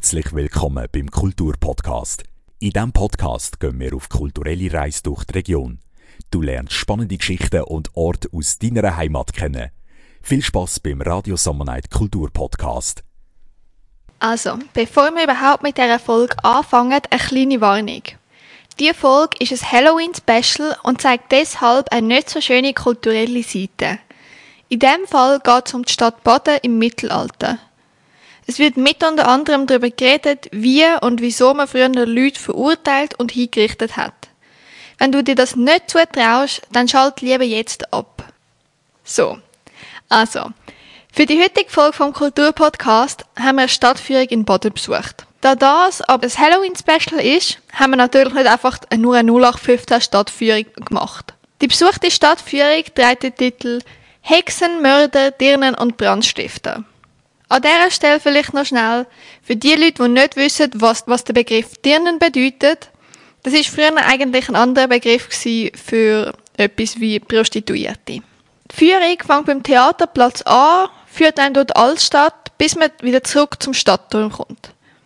Herzlich willkommen beim Kulturpodcast. In diesem Podcast gehen wir auf kulturelle Reise durch die Region. Du lernst spannende Geschichten und Orte aus deiner Heimat kennen. Viel Spass beim Radio Summer Night Kulturpodcast. Also, bevor wir überhaupt mit dieser Folge anfangen, eine kleine Warnung. Diese Folge ist ein Halloween-Special und zeigt deshalb eine nicht so schöne kulturelle Seite. In diesem Fall geht es um die Stadt Baden im Mittelalter. Es wird mit unter anderem darüber geredet, wie und wieso man früher Leute verurteilt und hingerichtet hat. Wenn du dir das nicht zutraust, dann schalt lieber jetzt ab. So, also, für die heutige Folge vom Kulturpodcast haben wir eine Stadtführung in Baden besucht. Da das aber ein Halloween-Special ist, haben wir natürlich nicht einfach nur eine 0815 Stadtführung gemacht. Die besuchte Stadtführung trägt den Titel Hexen, Mörder, Dirnen und Brandstifter. An dieser Stelle vielleicht noch schnell, für die Leute, die nicht wissen, was der Begriff Dirnen bedeutet, das war früher eigentlich ein anderer Begriff für etwas wie Prostituierte. Die Führung fängt beim Theaterplatz an, führt einen durch die Altstadt, bis man wieder zurück zum Stadtturm kommt.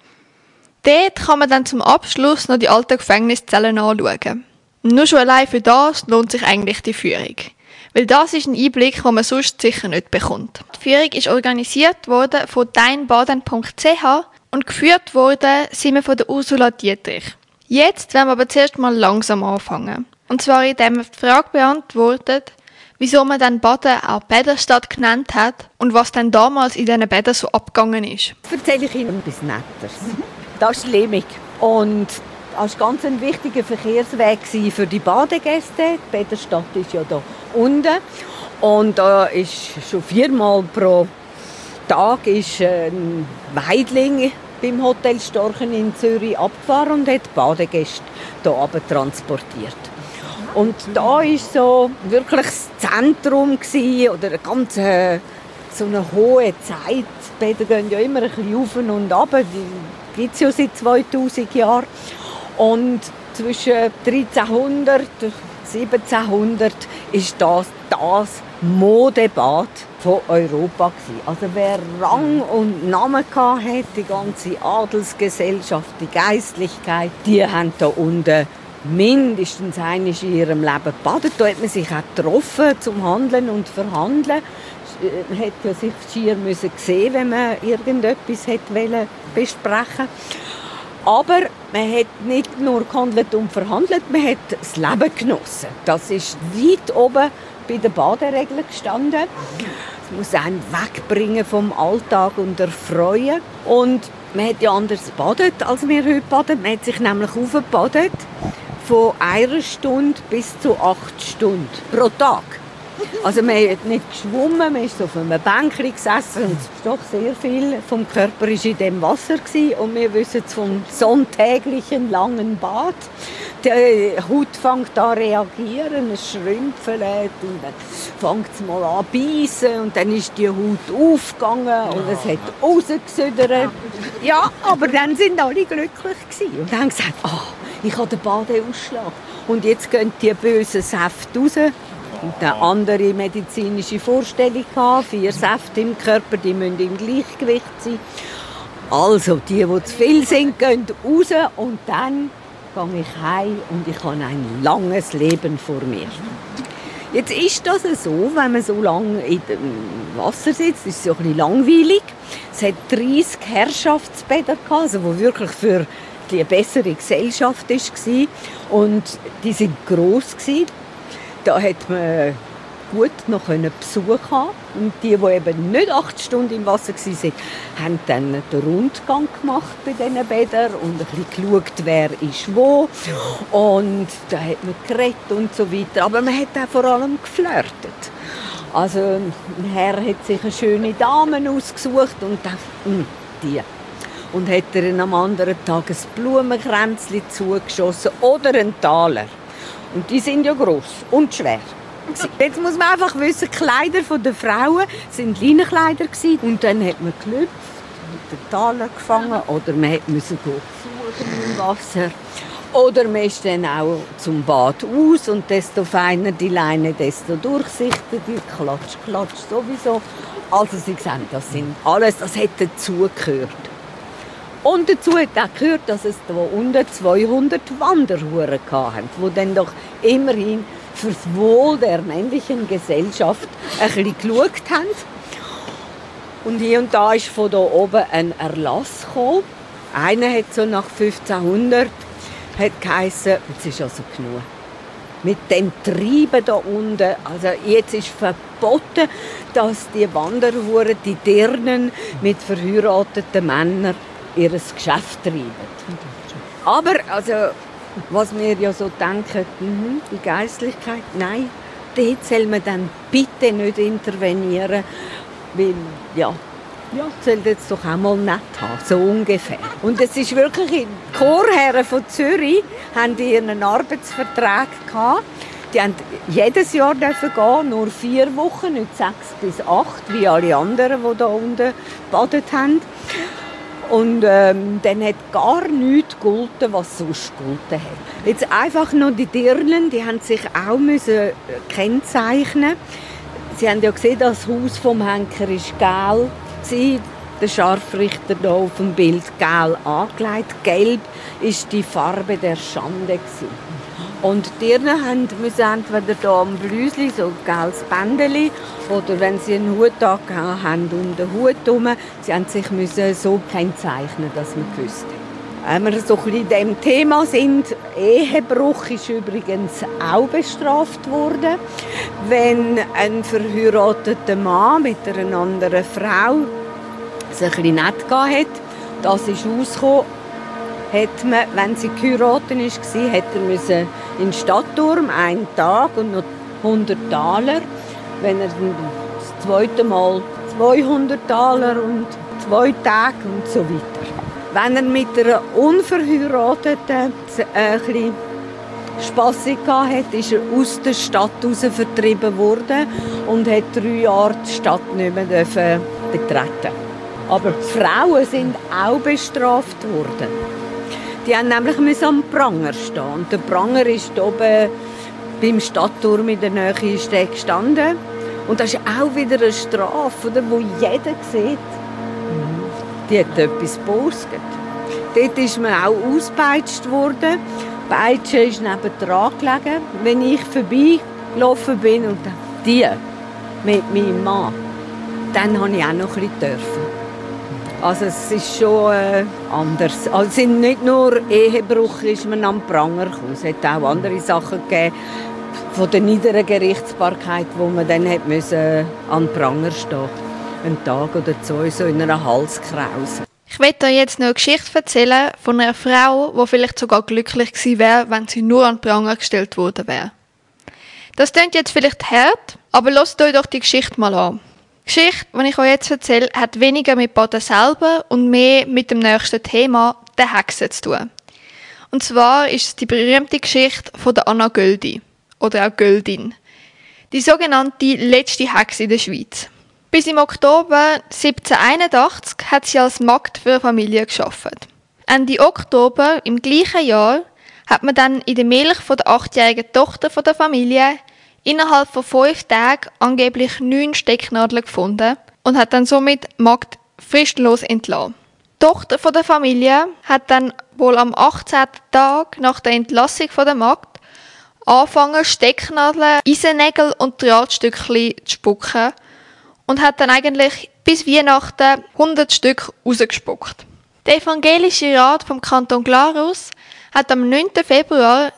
Dort kann man dann zum Abschluss noch die alten Gefängniszellen anschauen. Nur schon allein für das lohnt sich eigentlich die Führung. Weil das ist ein Einblick, den man sonst sicher nicht bekommt. Die Führung ist organisiert worden von deinbaden.ch und geführt worden sind wir von der Ursula Dietrich. Jetzt werden wir aber zuerst mal langsam anfangen. Und zwar indem wir die Frage beantwortet, wieso man dann Baden auch Bäderstadt genannt hat und was dann damals in diesen Bädern so abgegangen ist. Erzähle ich Ihnen etwas Nettes. Das ist Lemig. Und das war ganz ein wichtiger Verkehrsweg für die Badegäste. Die Bäderstadt ist ja hier unten. Und da ist schon 4-mal pro Tag ist ein Weidling beim Hotel Storchen in Zürich abgefahren und hat Badegäste hier runter transportiert. Und da war so wirklich das Zentrum oder eine ganz so eine hohe Zeit. Die Bäder gehen ja immer ein bisschen auf und ab. Die gibt es ja seit 2000 Jahren. Und zwischen 1300 und 1700 war das Modebad von Europa. Also wer Rang und Namen hatte, die ganze Adelsgesellschaft, die Geistlichkeit, die haben da unten mindestens einmal in ihrem Leben gebadet. Da hat man sich auch getroffen zum Handeln und Verhandeln. Man hätte ja sich schier sehen, wenn man irgendetwas besprechen wollte. Aber man hat nicht nur gehandelt und verhandelt, man hat das Leben genossen. Das ist weit oben bei den Baderegeln gestanden. Es muss einen wegbringen vom Alltag und erfreuen. Und man hat ja anders gebadet, als wir heute baden. Man hat sich nämlich aufgebadet von 1 Stunde bis zu 8 Stunden pro Tag. Also man hat nicht geschwommen, man ist so auf einem Bänkchen gesessen und doch sehr viel vom Körper war in dem Wasser gewesen. Und wir wissen es vom sonntäglichen langen Bad. Die Haut fängt an zu reagieren, es schrumpelt und dann fängt es mal an zu beißen und dann ist die Haut aufgegangen und es hat rausgesüdert. Ja, aber dann sind alle glücklich gewesen und haben gesagt, ich habe den Badeausschlag und jetzt gehen die bösen Säfte raus. Und eine andere medizinische Vorstellung haben. 4 Säfte im Körper, die müssen im Gleichgewicht sein. Also, die zu viel sind, gehen raus und dann gehe ich heim und ich habe ein langes Leben vor mir. Jetzt ist das so, wenn man so lange in dem Wasser sitzt, ist es so ein bisschen langweilig. Es hat 30 Herrschaftsbäder, also wo wirklich für die bessere Gesellschaft war. Und die waren gross. Da hat man gut noch Besuch haben. Und die eben nicht 8 Stunden im Wasser waren, haben dann den Rundgang gemacht bei diesen Bädern und ein bisschen geschaut, wer ist wo. Und da hat man geredet und so weiter. Aber man hat auch vor allem geflirtet. Also ein Herr hat sich eine schöne Dame ausgesucht und dachte, die. Und hat ihr am anderen Tag ein Blumenkränzchen zugeschossen oder einen Taler. Und die sind ja gross und schwer. Jetzt muss man einfach wissen, die Kleider der Frauen waren Leinenkleider. Und dann hat man gelüpft, mit den Taler gefangen oder man musste suchen im Wasser. Oder man ist dann auch zum Bad aus und desto feiner die Leine, desto durchsichtiger, Klatsch sowieso. Also Sie sehen, das sind alles, das hat dazugehört. Und dazu hat auch gehört, dass es da unten 200 Wanderhuren hatten, die dann doch immerhin für das Wohl der männlichen Gesellschaft ein bisschen geschaut haben. Und hier und da ist von da oben ein Erlass gekommen. Einer hat so nach 1500 hat geheissen, jetzt ist also genug. Mit dem Treiben da unten, also jetzt ist verboten, dass die Wanderhuren, die Dirnen mit verheirateten Männern ihr Geschäft treiben. Aber also, was wir ja so denken, die Geistlichkeit, nein, dort soll man dann bitte nicht intervenieren, weil, ja, soll jetzt doch auch mal nett haben, so ungefähr. Und es ist wirklich, die Chorherren von Zürich haben ihren Arbeitsvertrag gehabt. Die haben jedes Jahr gehen, nur 4 Wochen, nicht 6 bis 8, wie alle anderen, die da unten gebadet haben. Und dann hat gar nichts gegolten, was sonst gegolten hat. Jetzt einfach noch die Dirnen, die haben sich auch müssen kennzeichnen. Sie haben ja gesehen, das Haus vom Henker ist gelb. Der Scharfrichter hier auf dem Bild gelb angelegt. Gelb war die Farbe der Schande. Und die Dirnen mussten entweder hier am Blüsli so ein gelbes Bändeli oder wenn sie einen Hut haben um den Hut herum, sie mussten sich so kennzeichnen, dass man wusste. Wenn wir so ein bisschen in diesem Thema sind, Ehebruch ist übrigens auch bestraft worden. Wenn ein verheirateter Mann mit einer anderen Frau es ein bisschen nett gehabt hat, das ist rausgekommen, hat man, wenn sie geheiratet war, hätte er in den Stadtturm einen Tag und noch 100 Taler. Wenn er das zweite Mal 200 Taler und 2 Tage und so weiter. Wenn er mit einer Unverheirateten ein bisschen Spassig hatte, ist er aus der Stadt heraus vertrieben worden und hat 3 Jahre die Stadt nicht mehr betreten. Aber die Frauen sind auch bestraft worden. Die haben nämlich am Pranger stehen. Und der Pranger ist oben beim Stadtturm in der Nähe gestanden. Und das ist auch wieder eine Strafe, wo jeder sieht, die hat etwas gepostet. Dort ist man auch ausgepeitscht worden. Die Peitsche ist nebendran gelegen. Wenn ich vorbeigelaufen bin und die mit meinem Mann, dann durfte ich auch noch ein bisschen. Also es ist schon anders. Also es sind nicht nur Ehebruch, ist man am Pranger gekommen. Es hat auch andere Sachen gegeben von der niederen Gerichtsbarkeit, wo man dann hat müssen an den Pranger stehen. Einen Tag oder 2 so in einer Halskrause. Ich möchte euch jetzt noch eine Geschichte erzählen von einer Frau, die vielleicht sogar glücklich gewesen wäre, wenn sie nur an den Pranger gestellt worden wäre. Das klingt jetzt vielleicht hart, aber lasst euch doch die Geschichte mal an. Die Geschichte, die ich euch jetzt erzähle, hat weniger mit Baden selber und mehr mit dem nächsten Thema, der Hexe, zu tun. Und zwar ist es die berühmte Geschichte von der Anna Göldi, oder auch Göldin. Die sogenannte letzte Hexe in der Schweiz. Bis im Oktober 1781 hat sie als Magd für eine Familie gearbeitet. Ende Oktober im gleichen Jahr hat man dann in der Milch von der 8-jährigen Tochter der Familie innerhalb von 5 Tagen angeblich 9 Stecknadeln gefunden und hat dann somit Magd fristlos entlassen. Die Tochter der Familie hat dann wohl am 18. Tag nach der Entlassung der Magd angefangen, Stecknadeln, Eisennägel und Drahtstückchen zu spucken und hat dann eigentlich bis Weihnachten 100 Stück rausgespuckt. Der evangelische Rat vom Kanton Glarus hat am 9. Februar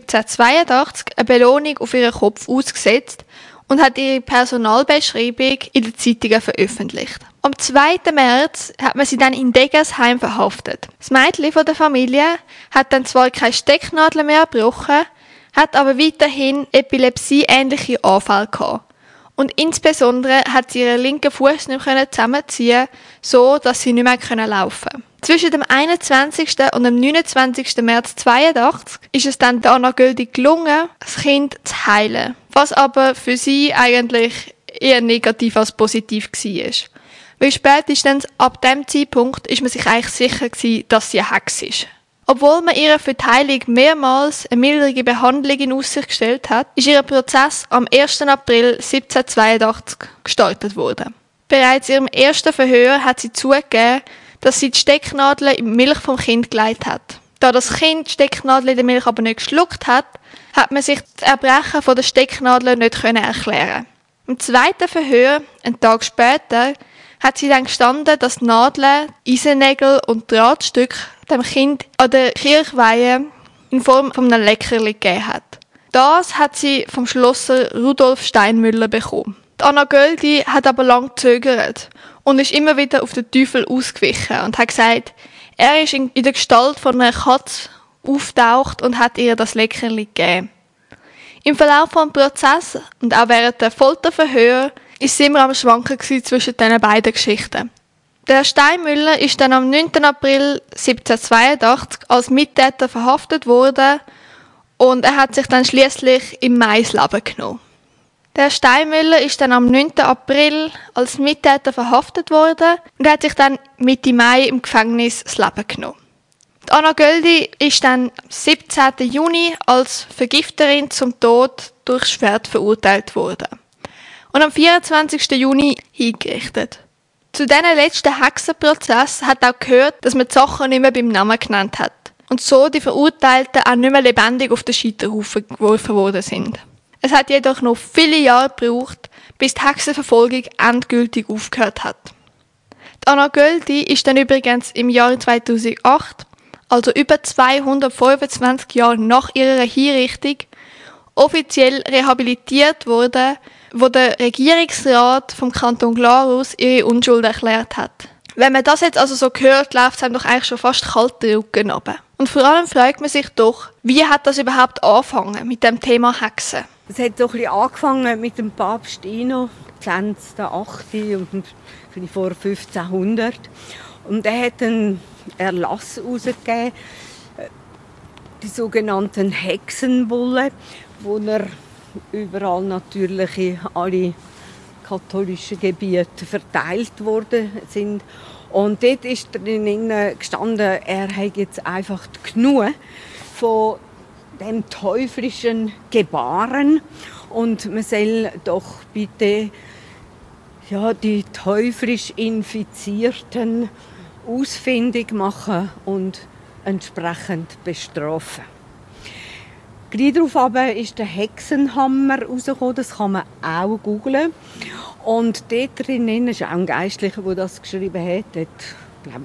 1782 eine Belohnung auf ihren Kopf ausgesetzt und hat ihre Personalbeschreibung in den Zeitungen veröffentlicht. Am 2. März hat man sie dann in Degersheim verhaftet. Das Mädchen von der Familie hat dann zwar keine Stecknadel mehr gebrochen, hat aber weiterhin epilepsieähnliche Anfälle gehabt. Und insbesondere hat sie ihren linken Fuß nicht mehr zusammenziehen, so dass sie nicht mehr laufen konnte. Zwischen dem 21. und dem 29. März 1982 ist es dann der Anna Göldi gelungen, das Kind zu heilen. Was aber für sie eigentlich eher negativ als positiv war. Weil spätestens ab diesem Zeitpunkt ist man sich eigentlich sicher gewesen, dass sie eine Hexe ist. Obwohl man ihr für die Heilung mehrmals eine mildere Behandlung in Aussicht gestellt hat, ist ihr Prozess am 1. April 1782 gestartet worden. Bereits in ihrem ersten Verhör hat sie zugegeben, dass sie die Stecknadel in die Milch vom Kind gelegt hat. Da das Kind die Stecknadel in der Milch aber nicht geschluckt hat, hat man sich das Erbrechen von der Stecknadel nicht erklären. Im zweiten Verhör, einen Tag später, hat sie dann gestanden, dass Nadeln, Eisennägel und Drahtstücke dem Kind an der Kirchweihe in Form von einem Leckerli gegeben hat. Das hat sie vom Schlosser Rudolf Steinmüller bekommen. Die Anna Göldi hat aber lange gezögert und ist immer wieder auf den Teufel ausgewichen und hat gesagt, er ist in der Gestalt von einer Katze auftaucht und hat ihr das Leckerli gegeben. Im Verlauf des Prozesses und auch während der Folterverhör ist sie immer am Schwanken zwischen diesen beiden Geschichten. Der Steinmüller ist dann am 9. April 1782 als Mittäter verhaftet worden und er hat sich dann schließlich im Mai das Leben genommen. Der Steinmüller ist dann am 9. April als Mittäter verhaftet worden und hat sich dann Mitte Mai im Gefängnis das Leben genommen. Die Anna Göldi ist dann am 17. Juni als Vergifterin zum Tod durch Schwert verurteilt worden und am 24. Juni hingerichtet. Zu diesen letzten Hexenprozess hat auch gehört, dass man die Sachen nicht mehr beim Namen genannt hat und so die Verurteilten auch nicht mehr lebendig auf den Scheiterhaufen geworfen worden sind. Es hat jedoch noch viele Jahre gebraucht, bis die Hexenverfolgung endgültig aufgehört hat. Die Anna Göldi ist dann übrigens im Jahr 2008, also über 225 Jahre nach ihrer Hinrichtung, offiziell rehabilitiert worden, wo der Regierungsrat vom Kanton Glarus ihre Unschuld erklärt hat. Wenn man das jetzt also so hört, läuft es einem doch eigentlich schon fast kalt den Rücken runter. Und vor allem fragt man sich doch, wie hat das überhaupt angefangen mit dem Thema Hexen? Es hat so ein bisschen angefangen mit dem Papst Ino, 20.8. und vielleicht vor 1500. Und er hat einen Erlass herausgegeben, die sogenannten Hexenbulle, wo er überall natürlich in alle katholischen Gebiete verteilt worden sind. Und dort ist drin gestanden, er hat jetzt einfach genug von dem teuflischen Gebaren und man soll doch bitte die teuflisch Infizierten ausfindig machen und entsprechend bestrafen. Gleich darauf ist der Hexenhammer rausgekommen, das kann man auch googlen. Und dort drin ist auch ein Geistlicher, der das geschrieben hat. Dort, glaube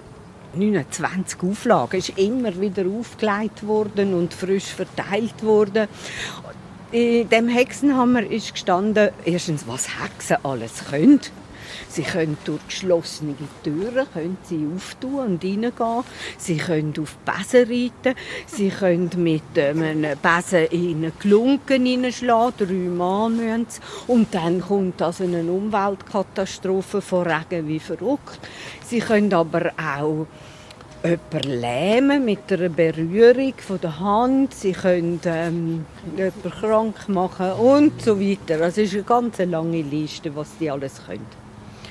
29 Auflagen, ist immer wieder aufgelegt worden und frisch verteilt worden. In dem Hexenhammer ist gestanden, erstens, was Hexen alles können. Sie können durch geschlossene Türen auftun und reingehen. Sie können auf Besen reiten. Sie können mit einem Besen in eine Glunke hineinschlagen. 3 Mal müssen sie. Und dann kommt also eine Umweltkatastrophe von Regen wie verrückt. Sie können aber auch jemanden lähmen mit einer Berührung von der Hand. Sie können jemanden krank machen und so weiter. Das ist eine ganz lange Liste, was die alles können.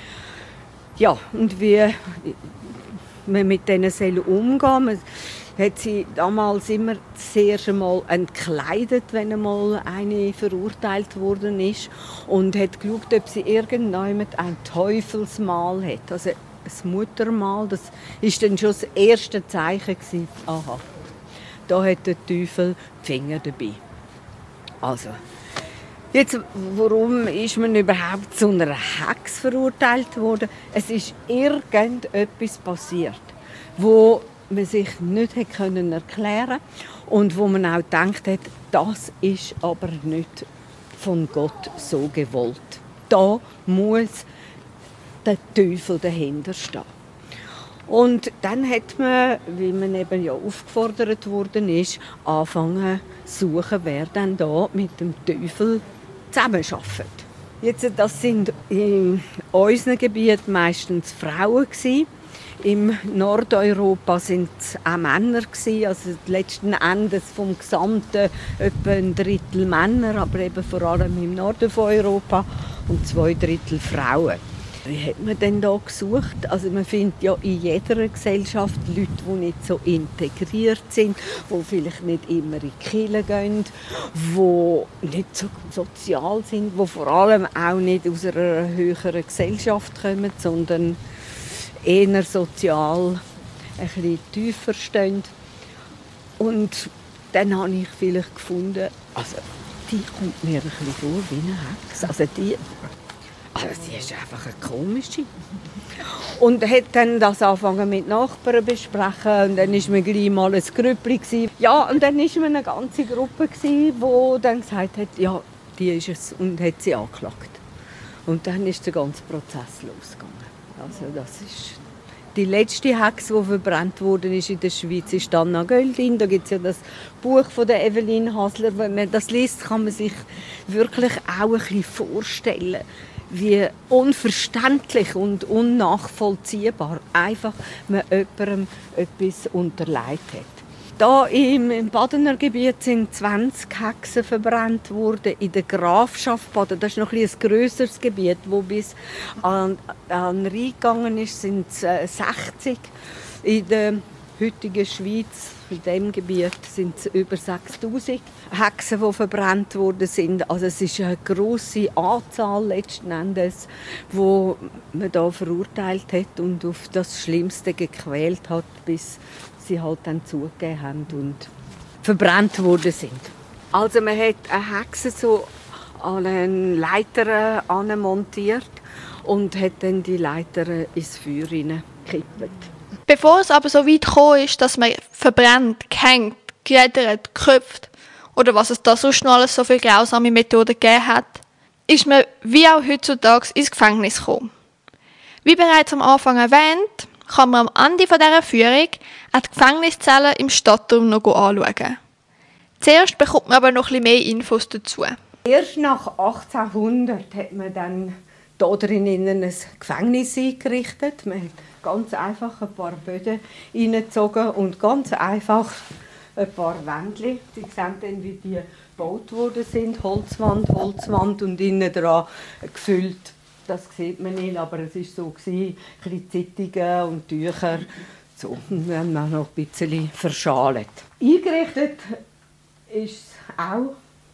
Ja, und wie man mit denen umgehen soll, man hat sie damals immer das erste Mal entkleidet, wenn einmal eine verurteilt worden ist, und hat geschaut, ob sie irgendjemand ein Teufelsmal hat. Also ein Muttermal, das war dann schon das erste Zeichen. Aha, da hat der Teufel die Finger dabei. Also, jetzt, warum ist man überhaupt zu einer Hex verurteilt worden? Es ist irgendetwas passiert, wo man sich nicht erklären konnte und wo man auch gedacht hat, das ist aber nicht von Gott so gewollt. Da muss der Teufel dahinter stehen. Und dann hat man, wie man eben ja aufgefordert worden ist, angefangen zu suchen, wer dann da mit dem Teufel zusammenarbeitet. Jetzt, das sind in unseren Gebieten meistens Frauen gewesen. Im Nordeuropa sind es auch Männer gewesen. Also letzten Endes vom Gesamten etwa 1/3 Männer, aber eben vor allem im Norden von Europa, und 2/3 Frauen. Wie hat man denn da gesucht? Also man findet ja in jeder Gesellschaft Leute, die nicht so integriert sind, die vielleicht nicht immer in die Kirche gehen, die nicht so sozial sind, die vor allem auch nicht aus einer höheren Gesellschaft kommen, sondern eher sozial ein bisschen tiefer stehen. Und dann habe ich vielleicht gefunden, also die kommt mir ein bisschen vor wie eine Hexe. Also die ist einfach eine komische. Und hat dann das angefangen mit Nachbarn zu besprechen. Und dann war man gleich mal ein Grüppli. Ja, und dann war man eine ganze Gruppe, die dann gesagt hat, ja, die ist es. Und hat sie angeklagt. Und dann ist der ganze Prozess losgegangen. Also das ist die letzte Hexe, die verbrannt wurde in der Schweiz, ist Anna Göldin. Da gibt es ja das Buch von der Evelyn Hasler. Wenn man das liest, kann man sich wirklich auch ein bisschen vorstellen, wie unverständlich und unnachvollziehbar einfach man jemandem etwas unterlegt hat. Da im Badener Gebiet sind 20 Hexen verbrannt worden. In der Grafschaft Baden, das ist noch ein grösseres Gebiet, wo bis an Rhein gegangen ist, sind es 60. In der heutigen Schweiz, in diesem Gebiet, sind es über 6000 Hexen, die verbrannt worden sind. Also es ist eine grosse Anzahl letzten Endes, die man da verurteilt hat und auf das Schlimmste gequält hat, bis sie halt dann zugegeben haben und verbrannt worden sind. Also man hat eine Hexe so an eine Leiter montiert und hat dann die Leiter ins Feuer hineingekippt. Bevor es aber so weit gekommen ist, dass man verbrennt, gehängt, gerädert, geköpft oder was es da sonst noch alles so viele grausame Methoden gegeben hat, ist man wie auch heutzutage ins Gefängnis gekommen. Wie bereits am Anfang erwähnt, kann man am Ende dieser Führung auch die Gefängniszellen im Stadtraum noch anschauen. Zuerst bekommt man aber noch ein bisschen mehr Infos dazu. Erst nach 1800 hat man dann hier drinnen ein Gefängnis eingerichtet. Man hat ganz einfach ein paar Böden reingezogen und ganz einfach ein paar Wändchen. Sie sehen dann, wie die gebaut worden sind. Holzwand und innen dran gefüllt. Das sieht man nicht, aber es war so, ein bisschen Zeitungen und Tücher. So, wir haben auch noch ein bisschen verschalet. Eingerichtet ist es auch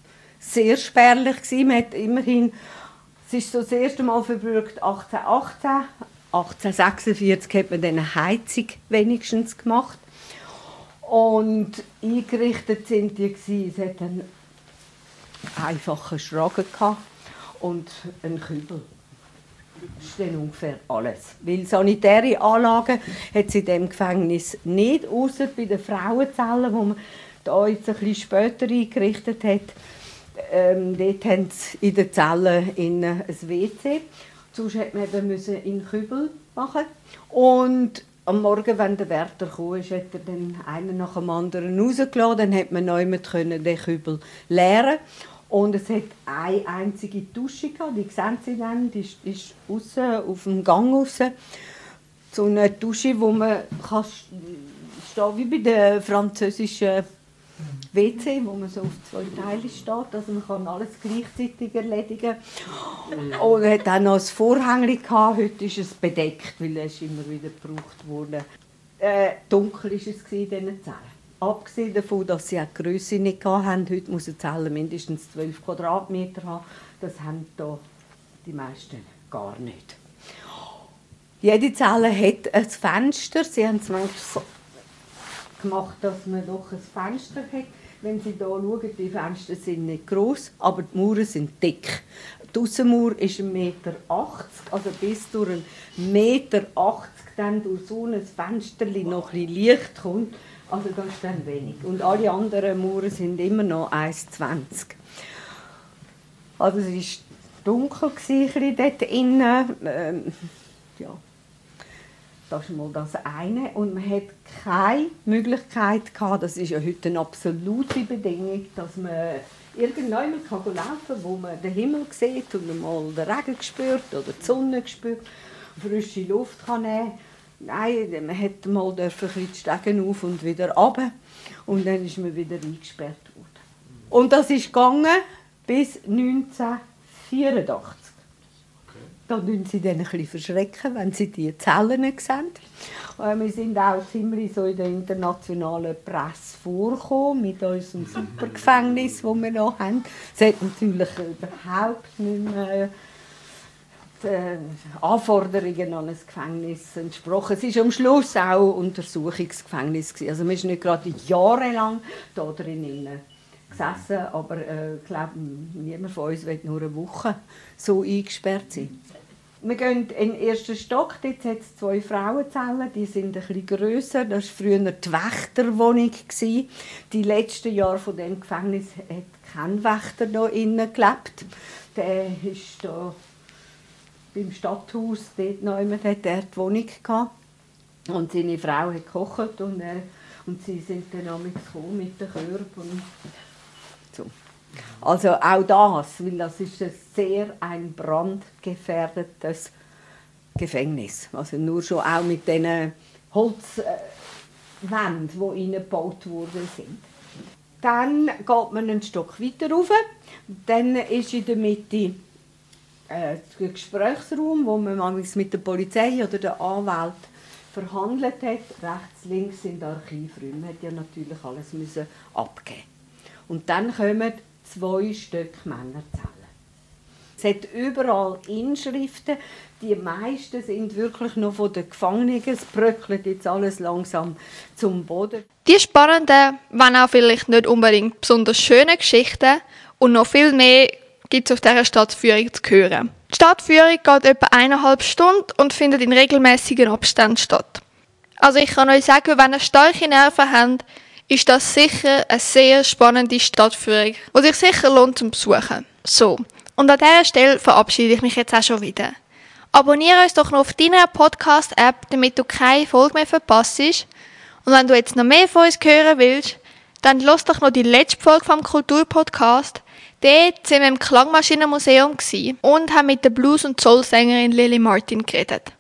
sehr spärlich. Man hat immerhin, es ist so das erste Mal verbürgt 1818. 1846 hat man dann eine Heizung wenigstens gemacht. Und eingerichtet sind die gewesen. Es hat einen einfachen Schragen und einen Kübel. Das ist dann ungefähr alles. Weil sanitäre Anlagen hat es in diesem Gefängnis nicht, ausser bei den Frauenzellen, die man da jetzt ein bisschen später eingerichtet hat. Dort haben sie in den Zellen ein WC. Sonst musste man eben in Kübel machen. Und am Morgen, wenn der Wärter kam, hat er dann einen nach dem anderen rausgelassen. Dann konnte man niemand den Kübel leeren. Und es hat eine einzige Dusche gehabt, die sehen Sie dann, die ist aussen, auf dem Gang raus. So eine Dusche, wo man kann stehen wie bei der französischen WC, wo man so auf 2 Teile steht. Also man kann alles gleichzeitig erledigen. Und es hat auch noch ein Vorhängchen gehabt. Heute ist es bedeckt, weil es immer wieder gebraucht wurde. Dunkel war es in diesen Zellen. Abgesehen davon, dass sie auch die Grösse nicht hatten. Heute muss eine Zelle mindestens 12 Quadratmeter haben. Das haben hier die meisten gar nicht. Jede Zelle hat ein Fenster. Sie haben es manchmal so gemacht, dass man doch ein Fenster hat. Wenn Sie hier schauen, die Fenster sind nicht gross, aber die Mauern sind dick. Die Aussenmauer ist 1,80 Meter, also bis durch 1,80 Meter dann durch so ein Fenster noch ein bisschen Licht kommt. Also das ist dann wenig. Und alle anderen Mauern sind immer noch 1,20. Also es war dunkel dort innen. Ja. Das ist mal das eine. Und man hat keine Möglichkeit gehabt, das ist ja heute eine absolute Bedingung, dass man irgendwann laufen kann, wo man den Himmel sieht und mal den Regen spürt oder die Sonne spürt, frische Luft kann nehmen. Nein, man durfte mal ein bisschen die Stegen auf und wieder runter. Und dann ist man wieder eingesperrt worden. Und das ist gegangen bis 1984. Da verschrecken sie dann ein bisschen, wenn sie die Zellen sehen. Wir sind auch ziemlich so in der internationalen Presse vorgekommen mit unserem Supergefängnis, das wir noch haben. Es hat natürlich überhaupt nicht mehr Anforderungen an ein Gefängnis entsprochen. Es war am Schluss auch Untersuchungsgefängnis. Also man ist nicht gerade jahrelang da drinnen gesessen, aber ich glaube, niemand von uns will nur eine Woche so eingesperrt sein. Wir gehen in den ersten Stock, dort hat es 2 Frauenzellen, die sind ein bisschen grösser. Das war früher die Wächterwohnung. Die letzten Jahre von diesem Gefängnis hat kein Wächter noch innen gelebt. Der ist da beim Stadthaus, dort noch immer, hat er die Wohnung gehabt. Und seine Frau hat gekocht und sie sind dann gekommen mit den Körben. So. Also auch das, weil das ist ein brandgefährdetes Gefängnis. Also nur schon auch mit diesen Holzwänden, die reingebaut worden sind. Dann geht man einen Stock weiter rauf. Dann ist in der Mitte ein Gesprächsraum, wo man mit der Polizei oder der Anwalt verhandelt hat. Rechts, links sind Archivräume. Man hat ja natürlich alles abgeben. Und dann kommen 2 Stück Männerzellen. Es hat überall Inschriften. Die meisten sind wirklich noch von den Gefangenen. Es bröckelt jetzt alles langsam zum Boden. Die spannenden, wenn auch vielleicht nicht unbedingt besonders schönen Geschichten und noch viel mehr gibt es auf dieser Stadtführung zu hören. Die Stadtführung geht etwa 1,5 Stunden und findet in regelmäßigen Abständen statt. Also ich kann euch sagen, wenn ihr starke Nerven habt, ist das sicher eine sehr spannende Stadtführung, die sich sicher lohnt zum Besuchen. So, und an dieser Stelle verabschiede ich mich jetzt auch schon wieder. Abonniere uns doch noch auf deiner Podcast-App, damit du keine Folge mehr verpasst. Und wenn du jetzt noch mehr von uns hören willst, dann lass doch noch die letzte Folge vom Kulturpodcast. Dort waren wir im Klangmaschinenmuseum und haben mit der Blues- und Soul-Sängerin Lily Martin geredet.